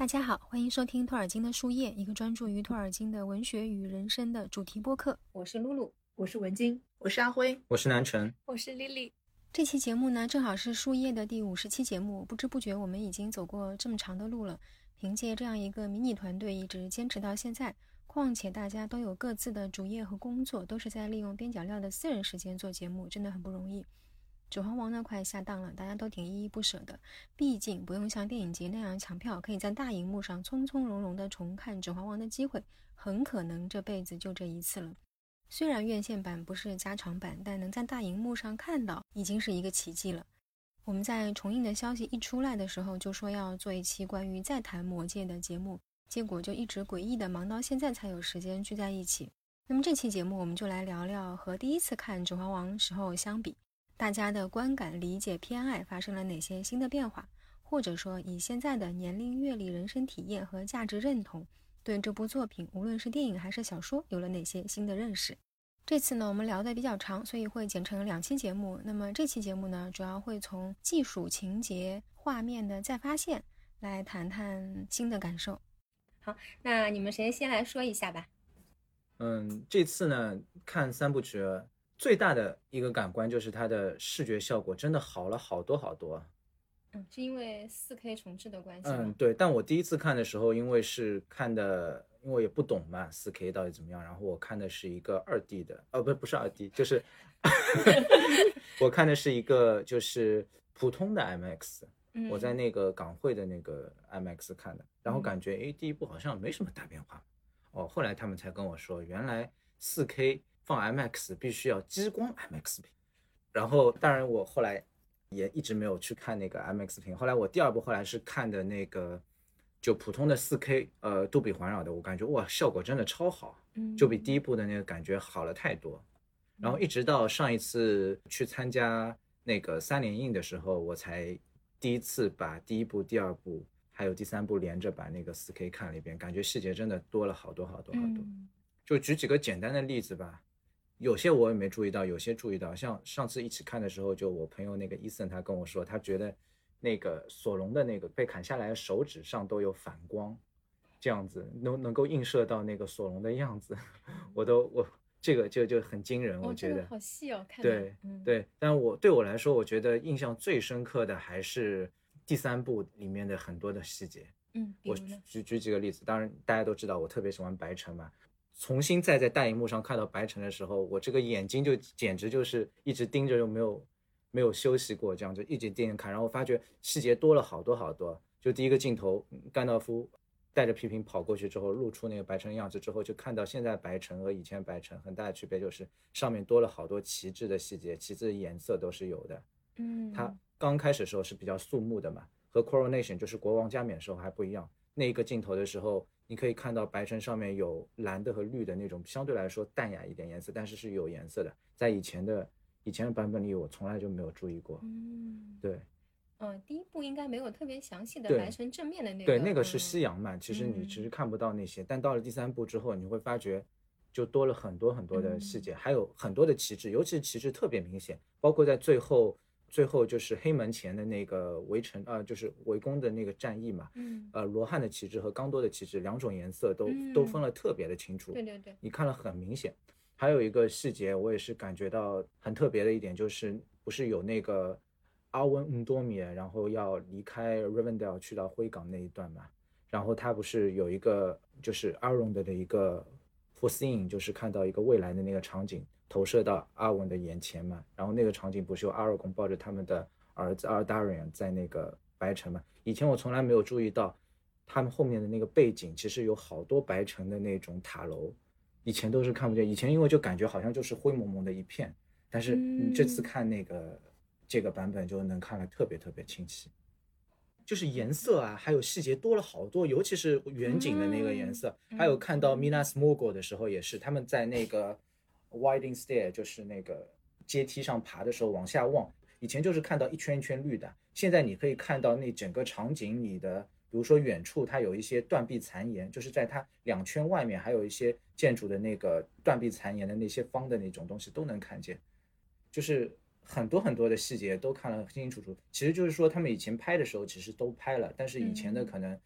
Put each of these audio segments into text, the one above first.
大家好，欢迎收听托尔金的树叶，一个专注于托尔金的文学与人生的主题播客。我是露露， 我是文晶，我是阿辉， 我是南辰， 我是丽丽。 这期节目呢，正好是树叶的第50期节目，不知不觉我们已经走过这么长的路了。凭借这样一个迷你团队一直坚持到现在，况且大家都有各自的主业和工作，都是在利用边角料的私人时间做节目，真的很不容易。指环王呢快下档了，大家都挺依依不舍的，毕竟不用像电影节那样抢票，可以在大荧幕上从从容容的重看指环王的机会，很可能这辈子就这一次了。虽然院线版不是加长版，但能在大荧幕上看到已经是一个奇迹了。我们在重映的消息一出来的时候就说要做一期关于再谈魔戒的节目，结果就一直诡异的忙到现在才有时间聚在一起。那么这期节目我们就来聊聊和第一次看指环王时候相比，大家的观感、理解、偏爱发生了哪些新的变化，或者说以现在的年龄、阅历、人生体验和价值认同，对这部作品无论是电影还是小说有了哪些新的认识。这次呢我们聊得比较长，所以会剪成2期节目。那么这期节目呢主要会从技术、情节、画面的再发现来谈谈新的感受。 好，那你们谁先来说一下吧。 这次呢看3部曲最大的一个感官就是它的视觉效果真的好了好多好多。 是因为4K 重置的关系吗？ 对，但我第一次看的时候，因为是看的，因为我也不懂嘛，4K 到底怎么样，然后我看的是一个2D 的，不是2D，就是我看的是一个就是普通的 IMAX，我在那个港汇的那个 IMAX 看的，然后感觉第一部好像没什么大变化，后来他们才跟我说，原来 4K 放 IMAX 必须要激光 IMAX 屏，然后当然我后来也一直没有去看那个 IMAX 屏，后来我第2部后来是看的那个就普通的 4K 杜比环绕的，我感觉哇效果真的超好，就比第一部的那个感觉好了太多。然后一直到上一次去参加那个3连映的时候，我才第一次把第一部、第2部还有第3部连着把那个 4K 看了一遍，感觉细节真的多了好多好多好多。就举几个简单的例子吧，有些我也没注意到，有些注意到。像上次一起看的时候，就我朋友那个伊森他跟我说，他觉得那个索隆的那个被砍下来的手指上都有反光，这样子能够映射到那个索隆的样子，我这个就很惊人，我觉得。 这个好细哦，看对对，但对我来说，我觉得印象最深刻的还是第3部里面的很多的细节。我举几个例子，当然大家都知道我特别喜欢白城嘛。重新再在大荧幕上看到白城的时候，我这个眼睛就简直就是一直盯着，又没有休息过，这样就一直盯着看，然后发觉细节多了好多好多。就第一个镜头，甘道夫带着批评跑过去之后，露出那个白城的样子之后，就看到现在白城和以前白城很大的区别就是上面多了好多旗帜的细节，旗帜的颜色都是有的。它刚开始的时候是比较肃穆的嘛，和 Coronation 就是国王加冕的时候还不一样。那一个镜头的时候，你可以看到白城上面有蓝的和绿的那种相对来说淡雅一点颜色，但是是有颜色的，在以前的版本里我从来就没有注意过。对。 第一部应该没有特别详细的白城正面的那个。 对，那个是西洋嘛，其实你其实看不到那些，但到了第3部之后，你会发觉就多了很多很多的细节，还有很多的旗帜，尤其是旗帜特别明显，包括在最后就是黑门前的那个围城就是围攻的那个战役嘛，罗汉的旗帜和刚多的旗帜2种颜色都分了特别的清楚。 对对对， 你看了很明显。还有一个细节我也是感觉到很特别的一点，就是不是有那个阿温多米，然后要离开 Rivendell 去到灰港那一段嘛，然后他不是有一个就是阿荣的一个 foreseeing， 就是看到一个未来的那个场景投射到阿文的眼前嘛，然后那个场景不是有阿尔贡抱着他们的儿子阿尔达人在那个白城嘛，以前我从来没有注意到他们后面的那个背景其实有好多白城的那种塔楼，以前都是看不见，以前因为就感觉好像就是灰蒙蒙的一片，但是你这次看这个版本就能看得特别特别清晰，就是颜色啊还有细节多了好多，尤其是远景的那个颜色，还有看到 Minas Morgul 的时候也是，他们在那个 winding stair 就是那个阶梯上爬的时候往下望，以前就是看到一圈一圈绿的，现在你可以看到那整个场景里的，比如说远处它有一些断壁残垣，就是在它2圈外面还有一些建筑的那个断壁残垣的那些方的那种东西都能看见，就是很多很多的细节都看了清清楚楚。其实就是说他们以前拍的时候其实都拍了，但是以前的可能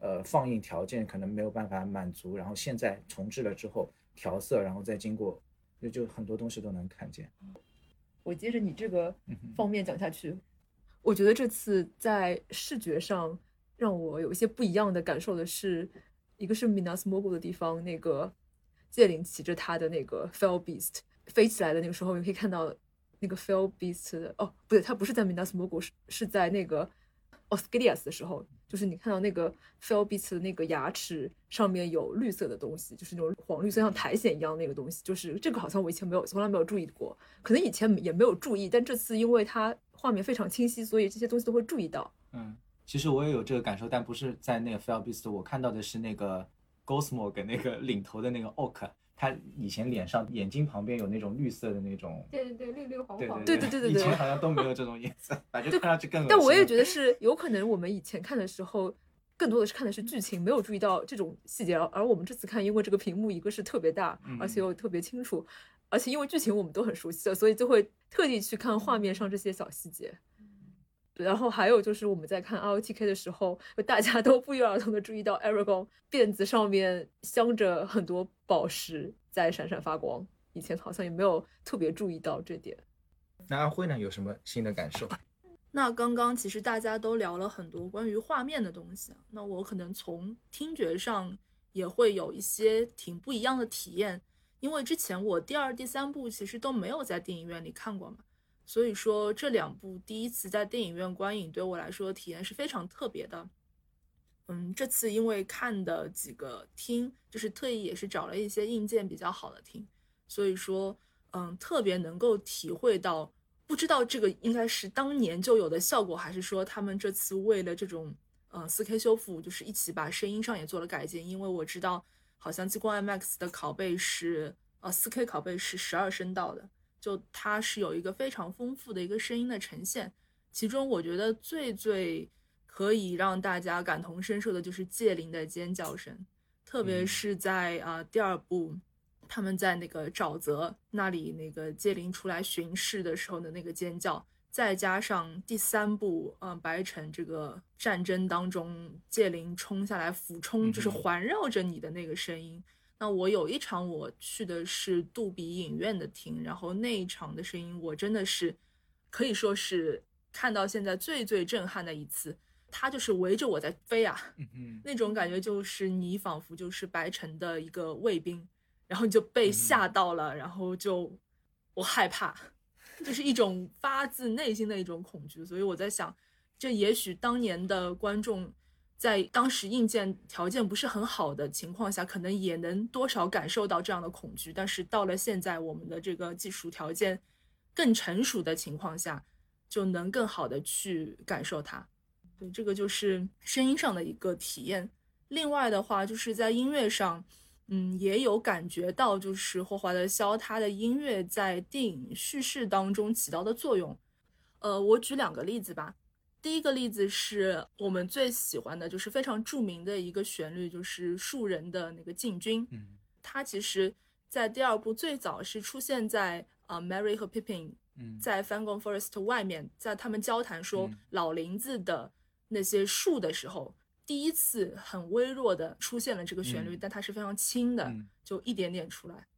放映条件可能没有办法满足，然后现在重置了之后调色，然后再经过，就很多东西都能看见。 我接着你这个方面讲下去，我觉得这次在视觉上让我有一些不一样的感受的是，一个是 Minas Morgul 的地方，那个戒灵骑着他的那个 Fell Beast 飞起来的那个时候，你可以看到那个 Fell Beast 的，哦，不对，他不是在 Minas Morgul，是在那个 Osgiliath 的时候，就是你看到那个 Fell Beast 的那个牙齿上面有绿色的东西，就是那种黄绿色像苔藓一样那个东西，就是这个好像我以前从来没有注意过，可能以前也没有注意，但这次因为它画面非常清晰，所以这些东西都会注意到。 其实我也有这个感受，但不是在那个 Fell Beast， 我看到的是那个 Ghostmog 那个领头的那个 Orc， 他以前脸上眼睛旁边有那种绿色的那种， 对，绿绿黄黄， 对， 以前好像都没有这种颜色，反正看上去更恶心。 但我也觉得是有可能我们以前看的时候更多的是看的是剧情，没有注意到这种细节，而我们这次看，因为这个屏幕一个是特别大，而且又特别清楚，而且因为剧情我们都很熟悉的，所以就会特地去看画面上这些小细节。然后还有就是我们在看 ROTK 的时候，大家都不约而同的注意到 Aragorn 辫子上面镶着很多宝石在闪闪发光，以前好像也没有特别注意到这点。 那阿辉呢，有什么新的感受？ 那刚刚其实大家都聊了很多关于画面的东西，那我可能从听觉上也会有一些挺不一样的体验，因为之前我第二、第三部其实都没有在电影院里看过嘛，所以说这两部第一次在电影院观影对我来说体验是非常特别的。这次因为看的几个厅，就是特意也是找了一些硬件比较好的厅，所以说特别能够体会到，不知道这个应该是当年就有的效果，还是说他们这次为了这种4K 修复，就是一起把声音上也做了改进。因为我知道好像激光 IMAX 的拷贝是4K 拷贝是12声道的，就它是有一个非常丰富的一个声音的呈现。其中我觉得最可以让大家感同身受的就是戒灵的尖叫声，特别是在第二部他们在那个沼泽那里，那个戒灵出来巡视的时候的那个尖叫，再加上第三部白城这个战争当中戒灵冲下来俯冲，就是环绕着你的那个声音。那我有一场我去的是杜比影院的厅，然后那一场的声音我真的是可以说是看到现在最震撼的一次，它就是围着我在飞啊，那种感觉就是你仿佛就是白城的一个卫兵，然后你就被吓到了，然后就我害怕，就是一种发自内心的一种恐惧。所以我在想，这也许当年的观众在当时硬件条件不是很好的情况下，可能也能多少感受到这样的恐惧，但是到了现在我们的这个技术条件更成熟的情况下，就能更好的去感受它。对，这个就是声音上的一个体验。另外的话就是在音乐上也有感觉到就是霍华德肖他的音乐在电影叙事当中起到的作用。我举两个例子吧。第一个例子是我们最喜欢的，就是非常著名的一个旋律，就是树人的那个进军。它其实在第二部最早是出现在Merry 和 Pippin 在 Fangorn Forest 外面，在他们交谈说老林子的那些树的时候，第一次很微弱的出现了这个旋律，但它是非常轻的，就一点点出来。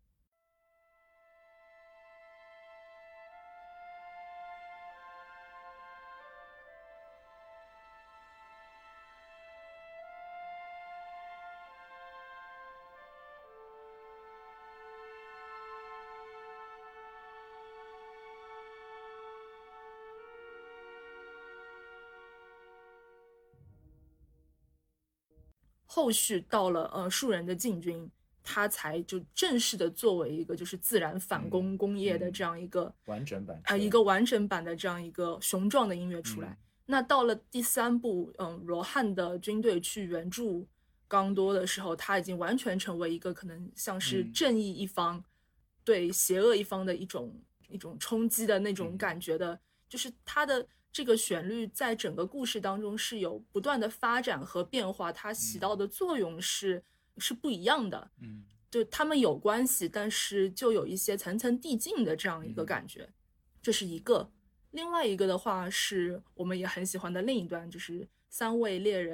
后续到了树人的进军，它才就正式的作为一个就是自然反攻工业的这样一个完整版一个完整版的这样一个雄壮的音乐出来。那到了第三部罗汉的军队去援助刚多的时候，他已经完全成为一个可能像是正义一方对邪恶一方的一种冲击的那种感觉的，就是他的这个旋律在整个故事当中是有不断的发展和变化，它起到的作用是不一样的。就他们有关系，但是就有一些层层递进的这样一个感觉。这是一个。另外一个的话是我们也很喜欢的另一段，就是三位猎人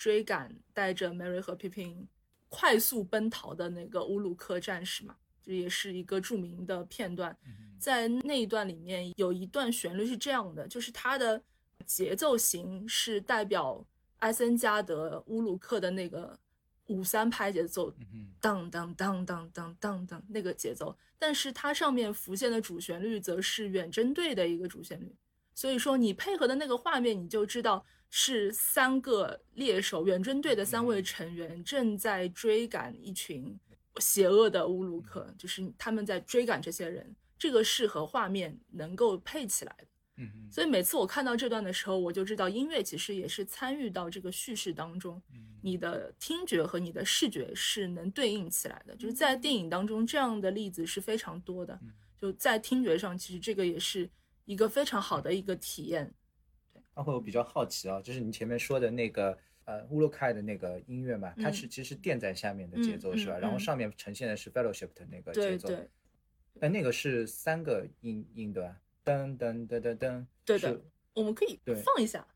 追赶带着 Merry 和 Pippin 快速奔逃的那个乌鲁克战士嘛，这也是一个著名的片段。在那一段里面有一段旋律是这样的，就是它的节奏型是代表埃森加德乌鲁克的那个5/3拍节奏，当当当当当当当那个节奏，但是它上面浮现的主旋律则是远征队的一个主旋律，所以说你配合的那个画面，你就知道是3个猎手，远征队的3位成员正在追赶一群邪恶的乌鲁克，就是他们在追赶这些人，这个是和画面能够配起来的。所以每次我看到这段的时候，我就知道音乐其实也是参与到这个叙事当中，你的听觉和你的视觉是能对应起来的。就是在电影当中这样的例子是非常多的，就在听觉上其实这个也是一个非常好的一个体验。 包括我比较好奇啊，就是你前面说的那个乌鲁开的那个音乐嘛，它是其实垫在下面的节奏是吧？然后上面呈现的是 Fellowship 的那个节奏， 对， 但那个是3个音对吧？噔噔噔噔噔， 对的，我们可以放一下。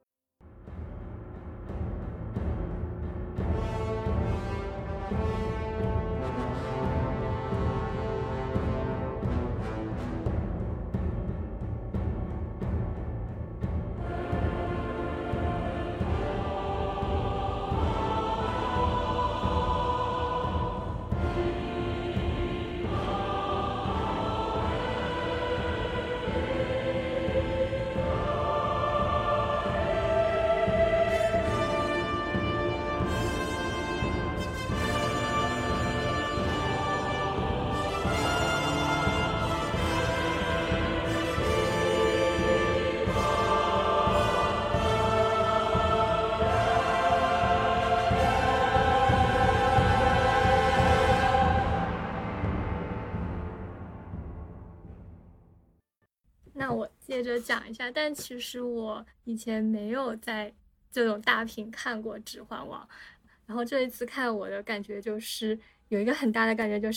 那我接着讲一下，但其实我以前没有在这种大屏看过《指环王》，然后这一次看我的感觉就是有一个很大的感觉，就是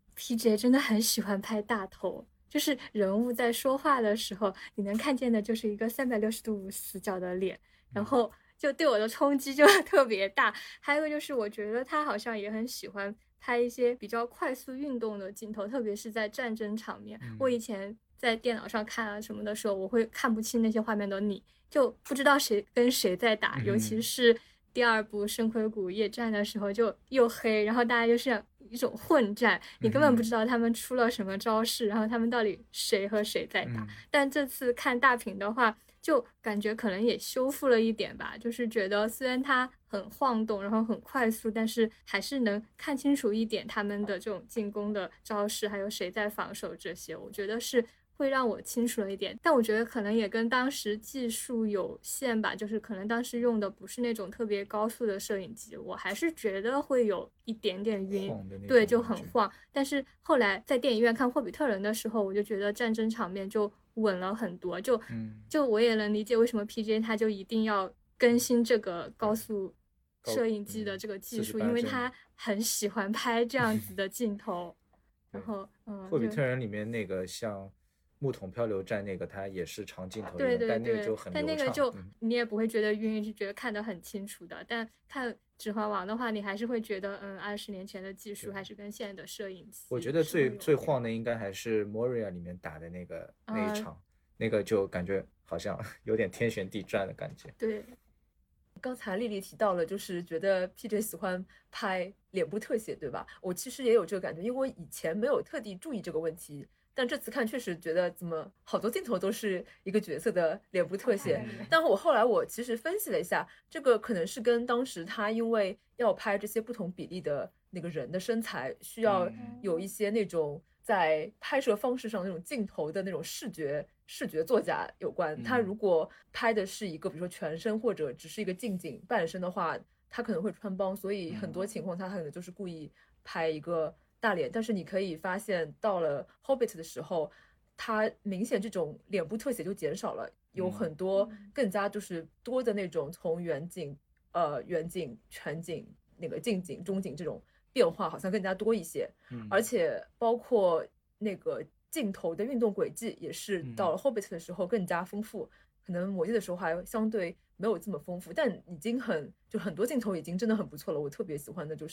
PJ 真的很喜欢拍大头，就是人物在说话的时候，你能看见的就是一个360度死角的脸，然后就对我的冲击就特别大。还有一个就是我觉得他好像也很喜欢拍一些比较快速运动的镜头，特别是在战争场面。我以前在电脑上看啊什么的时候，我会看不清那些画面的，你就不知道谁跟谁在打，尤其是第2部深盔谷夜战的时候，就又黑，然后大家就是一种混战，你根本不知道他们出了什么招式，然后他们到底谁和谁在打。但这次看大屏的话，就感觉可能也修复了一点吧，就是觉得虽然它很晃动，然后很快速，但是还是能看清楚一点他们的这种进攻的招式，还有谁在防守这些，我觉得是会让我清楚了一点。但我觉得可能也跟当时技术有限吧，就是可能当时用的不是那种特别高速的摄影机，我还是觉得会有一点点晕，对，就很晃。但是后来在电影院看霍比特人的时候，我就觉得战争场面就稳了很多，就我也能理解为什么 PJ 他就一定要更新这个高速摄影机的这个技术，因为他很喜欢拍这样子的镜头。然后霍比特人里面那个像木桶漂流站那个，它也是长镜头， 对， 但那个就很流畅， 但那个就你也不会觉得晕，是觉得看得很清楚的。但看指环王的话，你还是会觉得20年前的技术还是跟现在的摄影机， 我觉得最晃的应该还是 Moria 里面打的那一场，那个就感觉好像有点天旋地转的感觉。 对， 刚才丽丽提到了，就是觉得 PJ 喜欢拍脸部特写，对吧？我其实也有这个感觉，因为我以前没有特地注意这个问题，但这次看确实觉得怎么好多镜头都是一个角色的脸部特写。但我后来其实分析了一下，这个可能是跟当时他因为要拍这些不同比例的那个人的身材，需要有一些那种在拍摄方式上那种镜头的那种视觉作假有关。他如果拍的是一个比如说全身或者只是一个近景半身的话，他可能会穿帮，所以很多情况他可能就是故意拍一个大脸。但是你可以发现到了 Hobbit 的时候，他明显这种脸部特写就减少了，有很多更加就是多的那种从远景全景那个近景中景这种变化好像更加多一些。而且包括那个镜头的运动轨迹也是到了 Hobbit 的时候更加丰富，可能魔戒的时候还相对没有这么丰富，但已经很多镜头已经真的很不错了。我特别喜欢的就是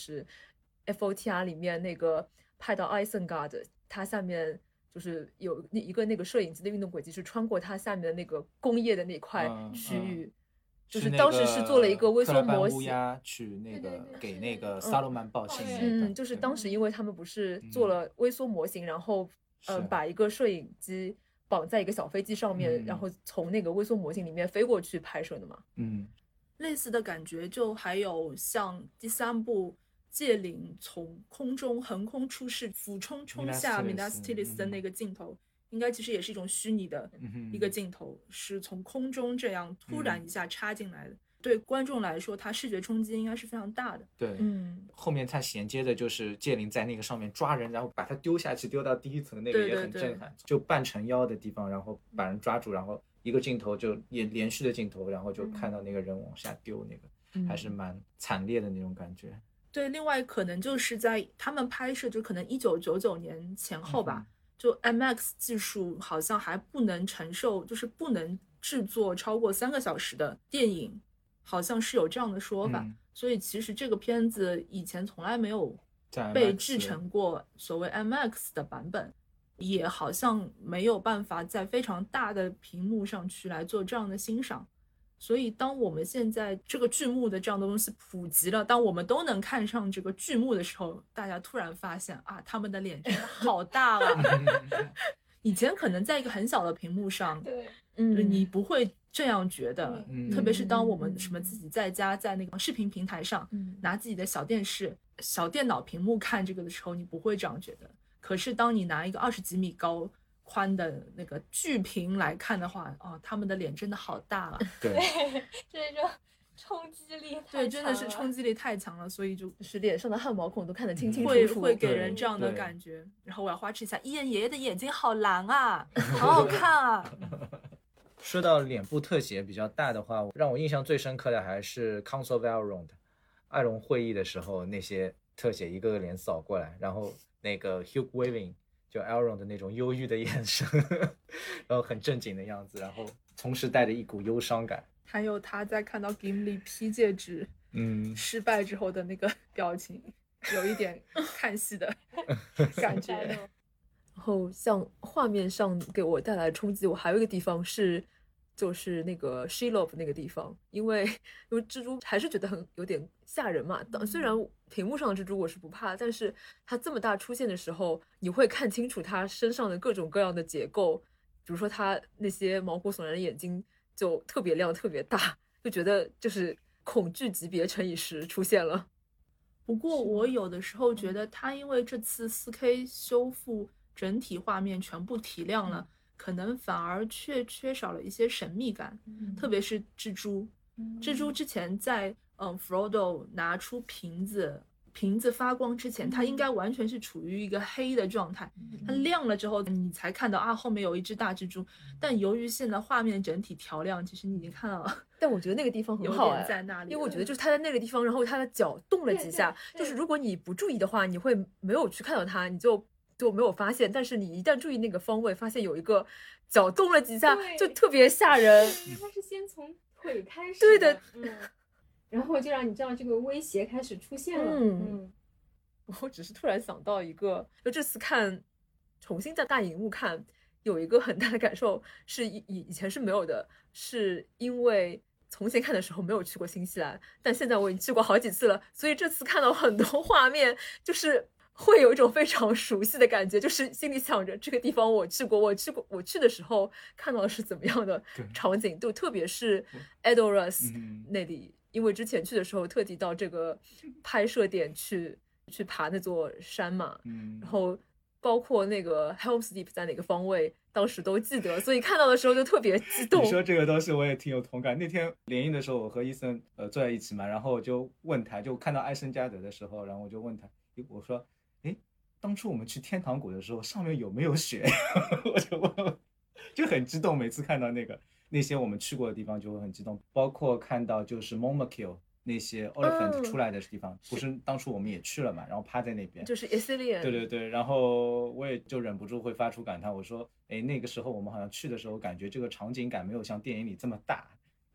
FOTR 里面那个拍到 Isengard， 它下面就是有一个那个摄影机的运动轨迹是穿过它下面的那个工业的那块区域。就是当时是做了一个微缩模型， 乌鸦去那个给那个萨洛曼报信就是当时因为他们不是做了微缩模型，然后把一个摄影机绑在一个小飞机上面，然后从那个微缩模型里面飞过去拍摄的嘛。 类似的感觉就还有像第3部戒灵从空中横空出世俯冲下 Minas Tirith 的那个镜头，应该其实也是一种虚拟的一个镜头，是从空中这样突然一下插进来的。对观众来说，它视觉冲击应该是非常大的。 对，后面它衔接的就是戒灵在那个上面抓人，然后把它丢下去，丢到第1层，那个也很震撼。就半沉腰的地方，然后把人抓住，然后一个镜头就也连续的镜头，然后就看到那个人往下丢，那个还是蛮惨烈的那种感觉。 对，另外可能就是在他们拍摄，就可能1999年前后吧。就 IMAX 技术好像还不能承受，就是不能制作超过3个小时的电影，好像是有这样的说法。所以其实这个片子以前从来没有被制成过所谓 IMAX 的版本，也好像没有办法在非常大的屏幕上去来做这样的欣赏。所以当我们现在这个剧目的这样的东西普及了，当我们都能看上这个剧目的时候，大家突然发现啊，他们的脸真的好大啊以前可能在一个很小的屏幕上， 对， 你不会这样觉得，特别是当我们什么自己在家在那个视频平台上拿自己的小电视、小电脑屏幕看这个的时候，你不会这样觉得。可是当你拿一个20几米高宽的那个巨屏来看的话，他们的脸真的好大啊！ 对， 这种冲击力太强了， 对，真的是冲击力太强了，所以就是脸上的汗毛孔都看得清清楚楚， 会给人这样的感觉。然后我要花痴一下，伊恩爷爷的眼睛好蓝啊，好好看啊！ 说到脸部特写比较大的话，让我印象最深刻的还是 Council of Elrond 艾隆会议的时候，那些特写一个个脸扫过来，然后那个 Hugh Weaving。就 Elrond 的那种忧郁的眼神然后很正经的样子，然后同时带着一股忧伤感。 还有他在看到 Gimli 披戒指失败之后的那个表情，有一点看戏的感觉然后像画面上给我带来的冲击，我还有一个地方是就是那个 Shelob 那个地方，因为蜘蛛还是觉得有点吓人嘛。虽然屏幕上的蜘蛛我是不怕，但是它这么大出现的时候，你会看清楚它身上的各种各样的结构，比如说它那些毛骨悚然的眼睛就特别亮特别大，就觉得就是恐惧级别乘以10出现了。 不过我有的时候觉得它因为这次 4K 修复整体画面全部提亮了，可能反而缺少了一些神秘感，特别是蜘蛛。蜘蛛之前在Frodo 拿出瓶子发光之前，它应该完全是处于一个黑的状态，它亮了之后你才看到后面有一只大蜘蛛。但由于现在画面整体调亮，其实你已经看到了。 但我觉得那个地方很好在那里， 因为我觉得就是他在那个地方，然后他的脚动了几下，就是如果你不注意的话，你会没有去看到他，你就没有发现。但是你一旦注意那个方位，发现有一个脚动了几下，就特别吓人。 他是先从腿开始， 对的， 然后就让你知道这个威胁开始出现了。 我只是突然想到一个，就这次重新在大荧幕看，有一个很大的感受是以前是没有的，是因为从前看的时候没有去过新西兰，但现在我已经去过好几次了，所以这次看到很多画面，就是会有一种非常熟悉的感觉，就是心里想着这个地方我去过，我去的时候看到的是怎么样的场景，就特别是 Edoras 那里，因为之前去的时候特地到这个拍摄点去爬那座山嘛，然后包括那个 Helm's Deep 在哪个方位，当时都记得，所以看到的时候就特别激动。 你说这个东西我也挺有同感。那天联映的时候，我和伊森坐在一起嘛，然后我就问他，就看到艾森加德的时候，然后我就问他，我说，当初我们去天堂谷的时候，上面有没有雪？我就问，就很激动，每次看到那些我们去过的地方就会很激动，包括看到就是 Momakil。那些 elephant 出来的地方，不是当初我们也去了嘛，然后趴在那边， 就是 Ithilien。 对，然后我也就忍不住会发出感叹，我说那个时候我们好像去的时候感觉这个场景感没有像电影里这么大。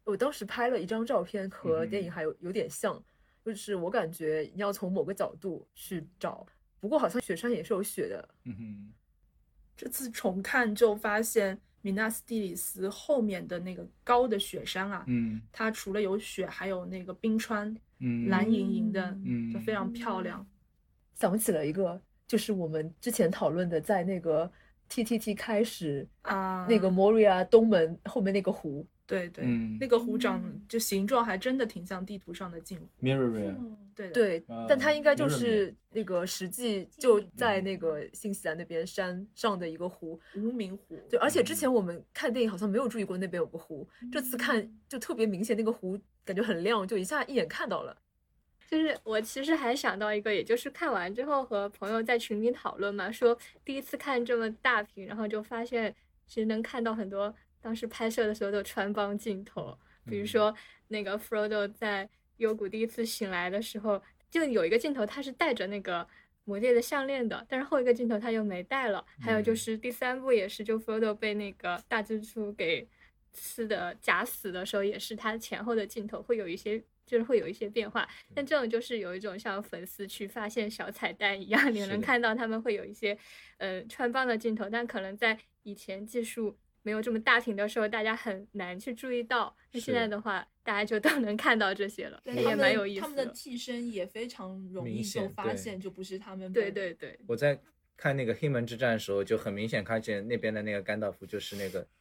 我当时拍了一张照片，和电影还有点像，就是我感觉你要从某个角度去找，不过好像雪山也是有雪的。 这次重看就发现米纳斯蒂里斯后面的那个高的雪山啊，它除了有雪，还有那个冰川，蓝莹莹的，就非常漂亮。 想起了一个，就是我们之前讨论的，在那个 TTT 开始啊，那个 Moria 东门后面那个湖。 对对，那个湖长就形状还真的挺像地图上的镜湖。 Mirroria， 对，但它应该就是那个实际就在那个新西兰那边山上的一个湖， 无名湖。 对，而且之前我们看电影好像没有注意过那边有个湖，这次看就特别明显，那个湖感觉很亮，就一下一眼看到了。 就是我其实还想到一个，也就是看完之后和朋友在群里讨论嘛，说第一次看这么大屏，然后就发现其实能看到很多当时拍摄的时候的穿帮镜头，比如说那个 Frodo 在幽谷第一次醒来的时候，就有一个镜头他是戴着那个魔戒的项链的，但是后一个镜头他又没戴了。还有就是第3部也是，就 Frodo 被那个大蜘蛛给刺的夹死的时候，也是他前后的镜头会有一些。就是会有一些变化，但这种就是有一种像粉丝去发现小彩蛋一样，你能看到他们会有一些穿帮的镜头，但可能在以前技术没有这么大屏的时候，大家很难去注意到。那现在的话，大家就都能看到这些了，也蛮有意思的。 他们的替身也非常容易就发现，就不是他们。 对对对， 我在看那个黑门之战的时候，就很明显看见那边的那个甘道夫就是那个。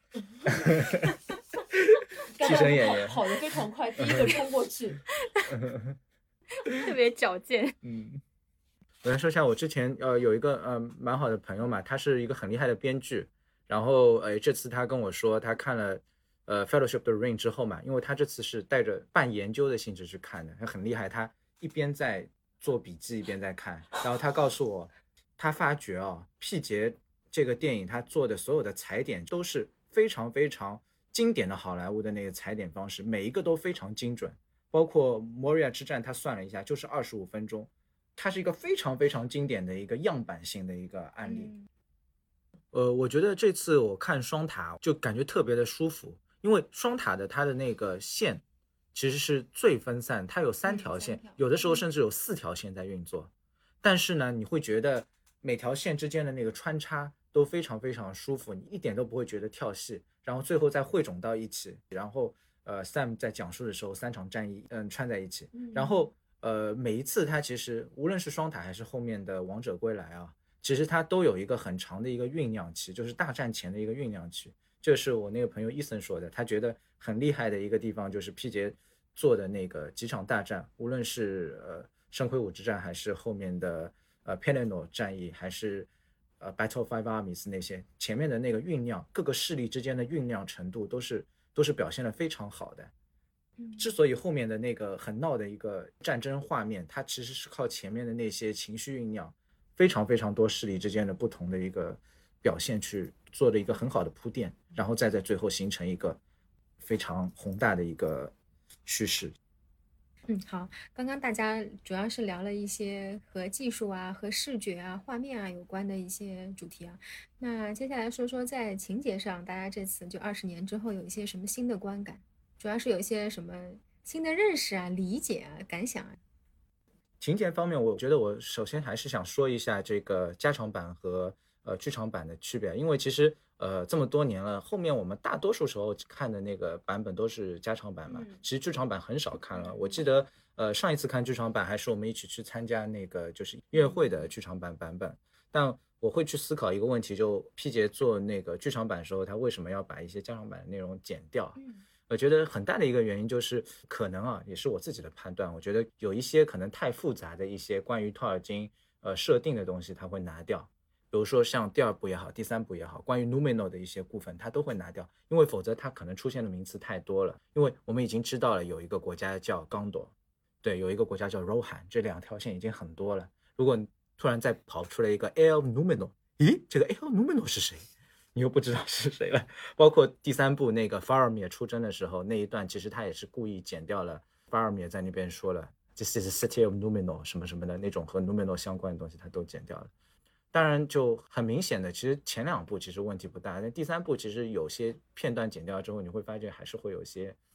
替身演员跑得非常快，第一个冲过去， 特别矫健。 我来说一下，我之前有一个蛮好的朋友嘛，他是一个很厉害的编剧，然后这次他跟我说他看了Fellowship of the Ring 之后嘛，因为他这次是带着半研究的性质去看的，他很厉害，他一边在做笔记一边在看，然后他告诉我，他发觉屁节这个电影他做的所有的踩点都是非常非常经典的好莱坞的那个踩点方式，每一个都非常精准，包括 Moria 之战他算了一下就是25分钟，它是一个非常非常经典的一个样板性的一个案例。我觉得这次我看双塔就感觉特别的舒服，因为双塔的它的那个线其实是最分散，它有3条线，有的时候甚至有4条线在运作，但是呢你会觉得每条线之间的那个穿插都非常非常舒服，你一点都不会觉得跳戏，然后最后再汇总到一起，然后Sam 在讲述的时候3场战役串在一起，然后每一次它其实无论是双塔还是后面的王者归来啊，其实它都有一个很长的一个酝酿期，就是大战前的一个酝酿期。这是我那个朋友伊森说的，他觉得很厉害的一个地方就是皮杰做的那个几场大战，无论是圣盔武之战还是后面的Pelennor 战役，还是Battle of Five Armies 那些前面的那个酝酿，各个势力之间的酝酿程度都是表现得非常好的。之所以后面的那个很闹的一个战争画面，它其实是靠前面的那些情绪酝酿，非常非常多势力之间的不同的一个表现去做了一个很好的铺垫，然后再在最后形成一个非常宏大的一个叙事。 好，刚刚大家主要是聊了一些和技术啊、和视觉啊、画面啊有关的一些主题啊。那接下来说说在情节上，大家这次就20年之后有一些什么新的观感？主要是有一些什么新的认识啊、理解啊、感想啊。 情节方面，我觉得我首先还是想说一下这个加长版和剧场版的区别，因为其实这么多年了，后面我们大多数时候看的那个版本都是加长版嘛，其实剧场版很少看了。我记得上一次看剧场版还是我们一起去参加那个就是音乐会的剧场版版本，但我会去思考一个问题，就皮杰做那个剧场版的时候，他为什么要把一些加长版的内容剪掉？我觉得很大的一个原因就是可能也是我自己的判断，我觉得有一些可能太复杂的一些关于托尔金设定的东西他会拿掉，比如说像第2部也好，第3部也好，关于 Numenor 的一些部分他都会拿掉，因为否则他可能出现的名词太多了。因为我们已经知道了有一个国家叫刚铎，对，有一个国家叫 Rohan， 这2条线已经很多了。如果突然再跑出来一个 Earl of Numenor， 咦，这个 Earl of Numenor 是谁？你又不知道是谁了。包括第3部那个法尔米尔出征的时候那一段，其实他也是故意剪掉了，法尔米尔在那边说了 This is the city of Numenor 什么什么的那种和 Numenor 相关的东西他都剪掉了。当然就很明显的，其实前2部其实问题不大，但第3部其实有些片段剪掉之后，你会发现还是会有些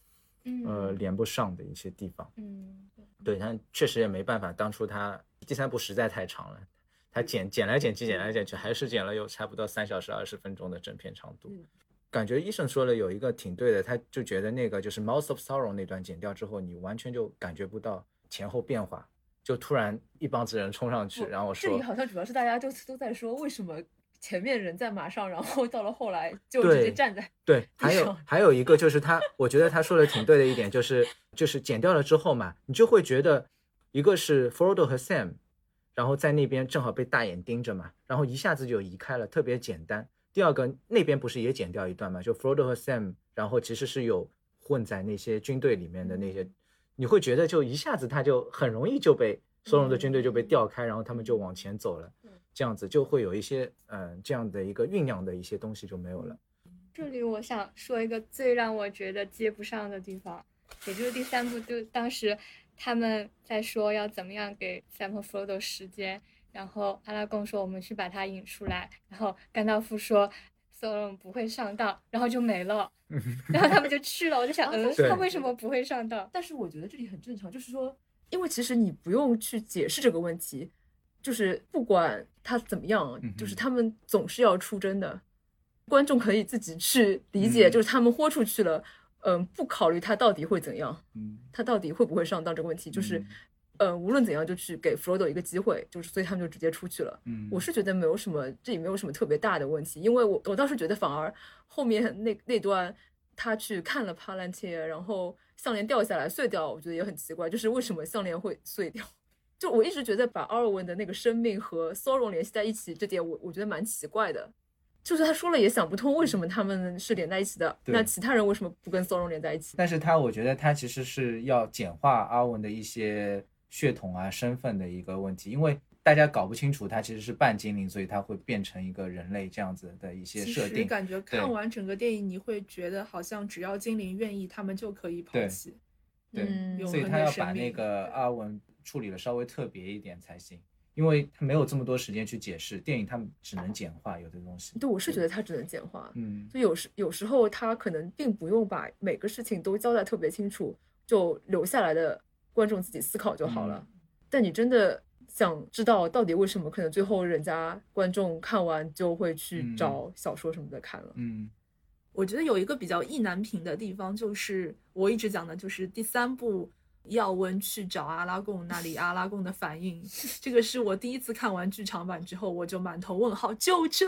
连不上的一些地方。对，他确实也没办法，当初他第3部实在太长了，他剪来剪去还是剪了有差不多3小时20分钟的整片长度。感觉医生说了有一个挺对的，他就觉得那个就是 Mouth of Sorrow 那段剪掉之后，你完全就感觉不到前后变化，就突然一帮子人冲上去，然后说这里好像主要是大家都在说为什么前面人在马上，然后到了后来就直接站在对，还有一个就是我觉得他说的挺对的一点就是剪掉了之后嘛，你就会觉得一个是 Frodo 和 Sam， 然后在那边正好被大眼盯着嘛，然后一下子就移开了，特别简单。第二个那边不是也剪掉一段嘛，就 Frodo 和 Sam， 然后其实是有混在那些军队里面的那些，你会觉得就一下子他就很容易就被索隆的军队就被调开，然后他们就往前走了，这样子就会有一些这样的一个酝酿的一些东西就没有了。 这里我想说一个最让我觉得接不上的地方，也就是第3部，就当时他们在说要怎么样给 Sam 和 Frodo 时间，然后阿拉贡说我们去把他引出来，然后甘道夫说Sauron不会上当，然后就没了，然后他们就去了。我就想他为什么不会上当？ 但是我觉得这里很正常，就是说因为其实你不用去解释这个问题，就是不管他怎么样，就是他们总是要出征的，观众可以自己去理解，就是他们豁出去了，不考虑他到底会怎样，他到底会不会上当这个问题，就是无论怎样就去给 Frodo 一个机会，就是所以他们就直接出去了。我是觉得这里没有什么特别大的问题，因为我倒是觉得反而后面那段他去看了 Palantir， 然后项链掉下来碎掉，我觉得也很奇怪，就是为什么项链会碎掉？就我一直觉得把 Arwen 的那个生命和 Sauron 联系在一起，这点我觉得蛮奇怪的。就是他说了也想不通为什么他们是连在一起的，那其他人为什么不跟 Sauron 连在一起？ 但是我觉得他其实是要简化阿文的一些血统啊身份的一个问题，因为大家搞不清楚他其实是半精灵，所以他会变成一个人类这样子的一些设定。 其实感觉看完整个电影你会觉得好像只要精灵愿意他们就可以抛弃。 对，所以他要把那个阿文处理的稍微特别一点才行，因为他没有这么多时间去解释，电影他们只能简化有的东西。 对，我是觉得他只能简化。就有时候他可能并不用把每个事情都交代特别清楚，就留下来的观众自己思考就好了。但你真的想知道到底为什么，可能最后人家观众看完就会去找小说什么的看了。 我觉得有一个比较意难平的地方，就是我一直讲的就是第3部耀温去找阿拉贡那里，阿拉贡的反应，这个是我第一次看完剧场版之后我就满头问号，就是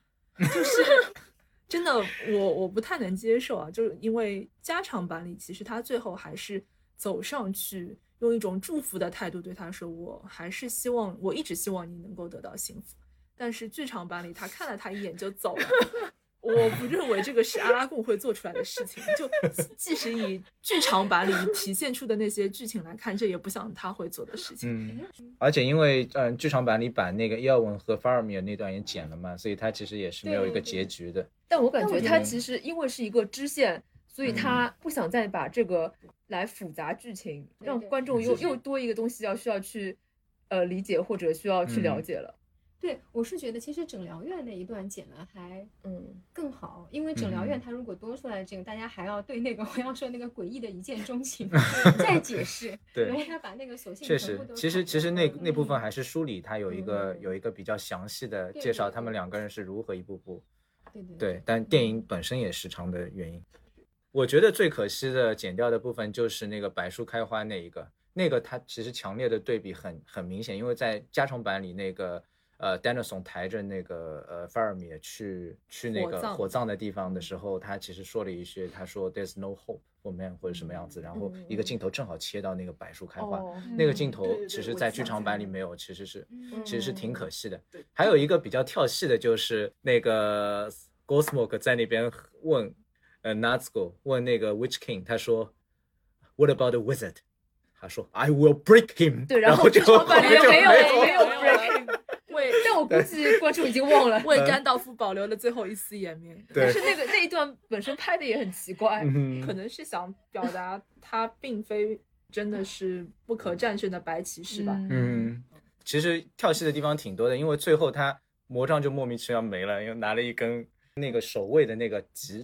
真的我不太能接受啊，就是因为加长版里其实他最后还是走上去用一种祝福的态度对他说，我一直希望你能够得到幸福，但是剧场版里他看了他一眼就走了。我不认为这个是阿拉贡会做出来的事情，就即使以剧场版里体现出的那些剧情来看，这也不像他会做的事情。 而且因为剧场版里把那个伊尔文和法尔米尔那段也剪了嘛，所以他其实也是没有一个结局的。 但我感觉他其实因为是一个支线，所以他不想再把这个来复杂剧情，让观众又多一个东西需要去理解或者需要去了解了。 对，我是觉得其实诊疗院那一段剪了还更好，因为诊疗院它如果多出来这个，大家还要对那个我要说那个诡异的一见钟情再解释， 对， 然后他把那个索性确实，其实那部分还是书里它有一个比较详细的介绍，他们2个人是如何一步步，对，但电影本身也时长的原因。我觉得最可惜的剪掉的部分就是那个柏树开花那个它其实强烈的对比很明显，因为在加长版里那个Denison 抬着那个法尔米尔去那个火葬的地方的时候，他其实说了一句，他说 There's no hope for man 或者什么样子，然后一个镜头正好切到那个柏树开花，那个镜头其实在剧场版里没有，其实是挺可惜的。还有一个比较跳戏的就是那个 Ghostmoke 在那边问Nazgul 问那个 Witch King， 他说 What about the wizard？ 他说 I will break him。 对，然后就剧场版里没有 break him。但我估计观众已经忘了， 为甘道夫保留了最后一丝颜面。 但是那一段本身拍的也很奇怪， 可能是想表达他并非真的是不可战胜的白骑士吧。 其实跳戏的地方挺多的，因为最后他魔杖就莫名其妙没了，因为拿了一根那个守卫的那个戟，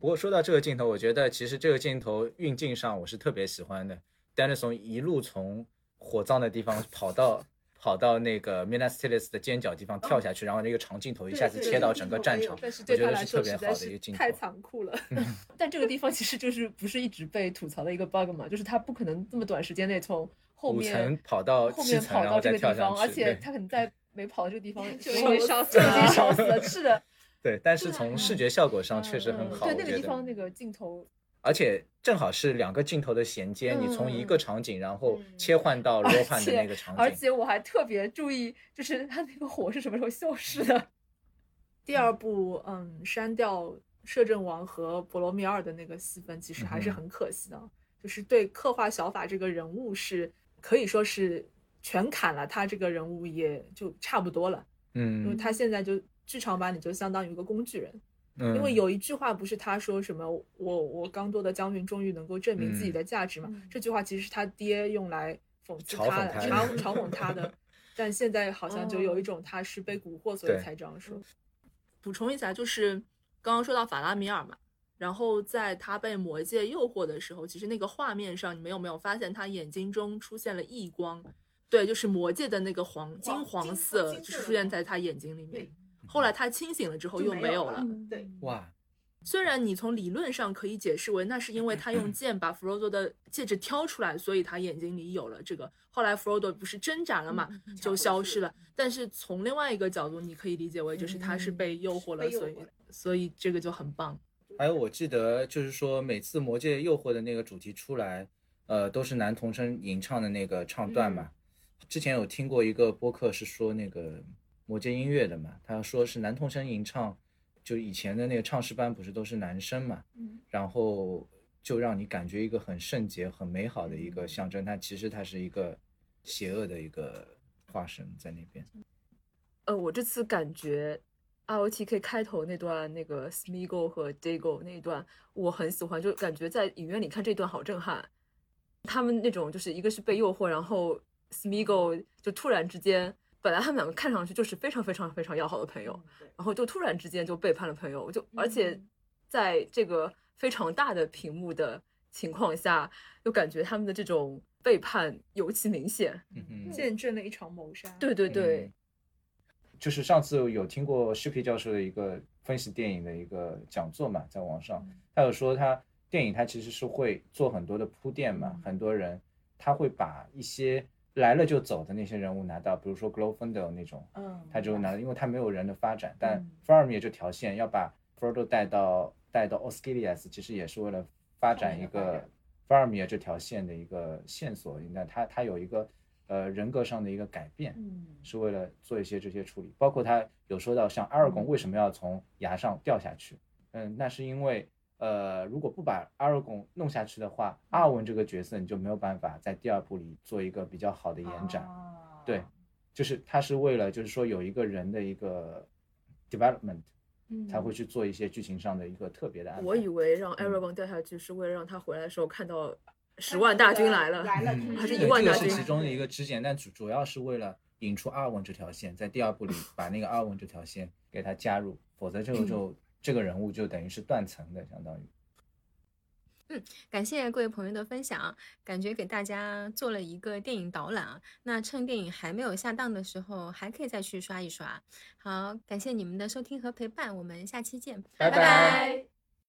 不过说到这个镜头，我觉得其实这个镜头运镜上我是特别喜欢的。Danielson 一路从火葬的地方跑到那个 Minas Tirith 的尖角地方跳下去，然后那个长镜头一下子切到整个战场，我觉得是特别好的一个镜头。 太残酷了。 但这个地方其实就是不是一直被吐槽的一个 bug 嘛，就是他不可能这么短时间内从后面 5层跑到7层，然后再跳上去， 而且他可能在没跑到这个地方就已经烧死了。是的， 对，但是从视觉效果上确实很好。 对，那个地方那个镜头。 而且正好是2个镜头的衔接，你从一个场景然后切换到罗汉的那个场景。 而且我还特别注意，就是他那个火是什么时候消失的。 第2部删掉摄政王和博罗米尔的那个戏份其实还是很可惜的，就是对刻画小法这个人物是可以说是全砍了，他这个人物也就差不多了。因为他现在就剧场版你就相当于一个工具人。因为有一句话不是他说什么我刚多的将军终于能够证明自己的价值嘛，这句话其实是他爹用来讽刺他的，嘲讽他的。但现在好像就有一种他是被蛊惑所以才这样说。补充一下，就是刚刚说到法拉米尔嘛，然后在他被魔戒诱惑的时候，其实那个画面上你们有没有发现他眼睛中出现了异光？对，就是魔戒的那个金黄色就是出现在他眼睛里面。后来他清醒了之后又没有了。 对， 哇！ 虽然你从理论上可以解释为那是因为他用剑把弗罗多的戒指挑出来，所以他眼睛里有了这个。后来弗罗多不是挣扎了嘛，就消失了。但是从另外一个角度，你可以理解为就是他是被诱惑了，所以这个就很棒。 还有我记得就是说每次魔戒诱惑的那个主题出来，都是男童声吟唱的那个唱段嘛。之前有听过一个播客是说那个魔戒音乐的嘛，他说是男童声吟唱，就以前的那个唱诗班不是都是男生嘛，然后就让你感觉一个很圣洁很美好的一个象征，它其实它是一个邪恶的一个化身在那边。 我这次感觉 ROTK 开头那段那个 Smeagol 和 Dago 那一段我很喜欢，就感觉在影院里看这段好震撼。他们那种就是一个是被诱惑，然后 Smeagol 就突然之间本来他们2个看上去就是非常非常非常要好的朋友，然后就突然之间就背叛了朋友，而且在这个非常大的屏幕的情况下，又感觉他们的这种背叛尤其明显， 见证了一场谋杀。 对对对。 就是上次有听过施皮教授的一个分析电影的一个讲座嘛，在网上他有说他电影他其实是会做很多的铺垫嘛，很多人他会把一些来了就走的那些人物拿到，比如说 Glorfindel 那种，他就拿，因为他没有人的发展，但 Faramir 这条线要把 Frodo 带到 Osgiliath， 其实也是为了发展一个 Faramir 这条线的一个线索，那他有一个人格上的一个改变，是为了做一些这些处理，包括他有说到像阿尔贡为什么要从崖上掉下去，那是因为如果不把阿尔贡弄下去的话，阿尔文这个角色你就没有办法在第2部里做一个比较好的延展，对，就是他是为了就是说有一个人的一个 development，才会去做一些剧情上的一个特别的安排。 我以为让 Aragorn 掉下去是为了让他回来的时候看到10万大军来了，还是1万大军？ 这个是其中的一个支线，但主要是为了引出阿尔文这条线，在第2部里把那个阿尔文这条线给他加入，否则这个人物就等于是断层的，相当于。 感谢各位朋友的分享，感觉给大家做了一个电影导览啊。那趁电影还没有下档的时候，还可以再去刷一刷。好，感谢你们的收听和陪伴，我们下期见，拜拜。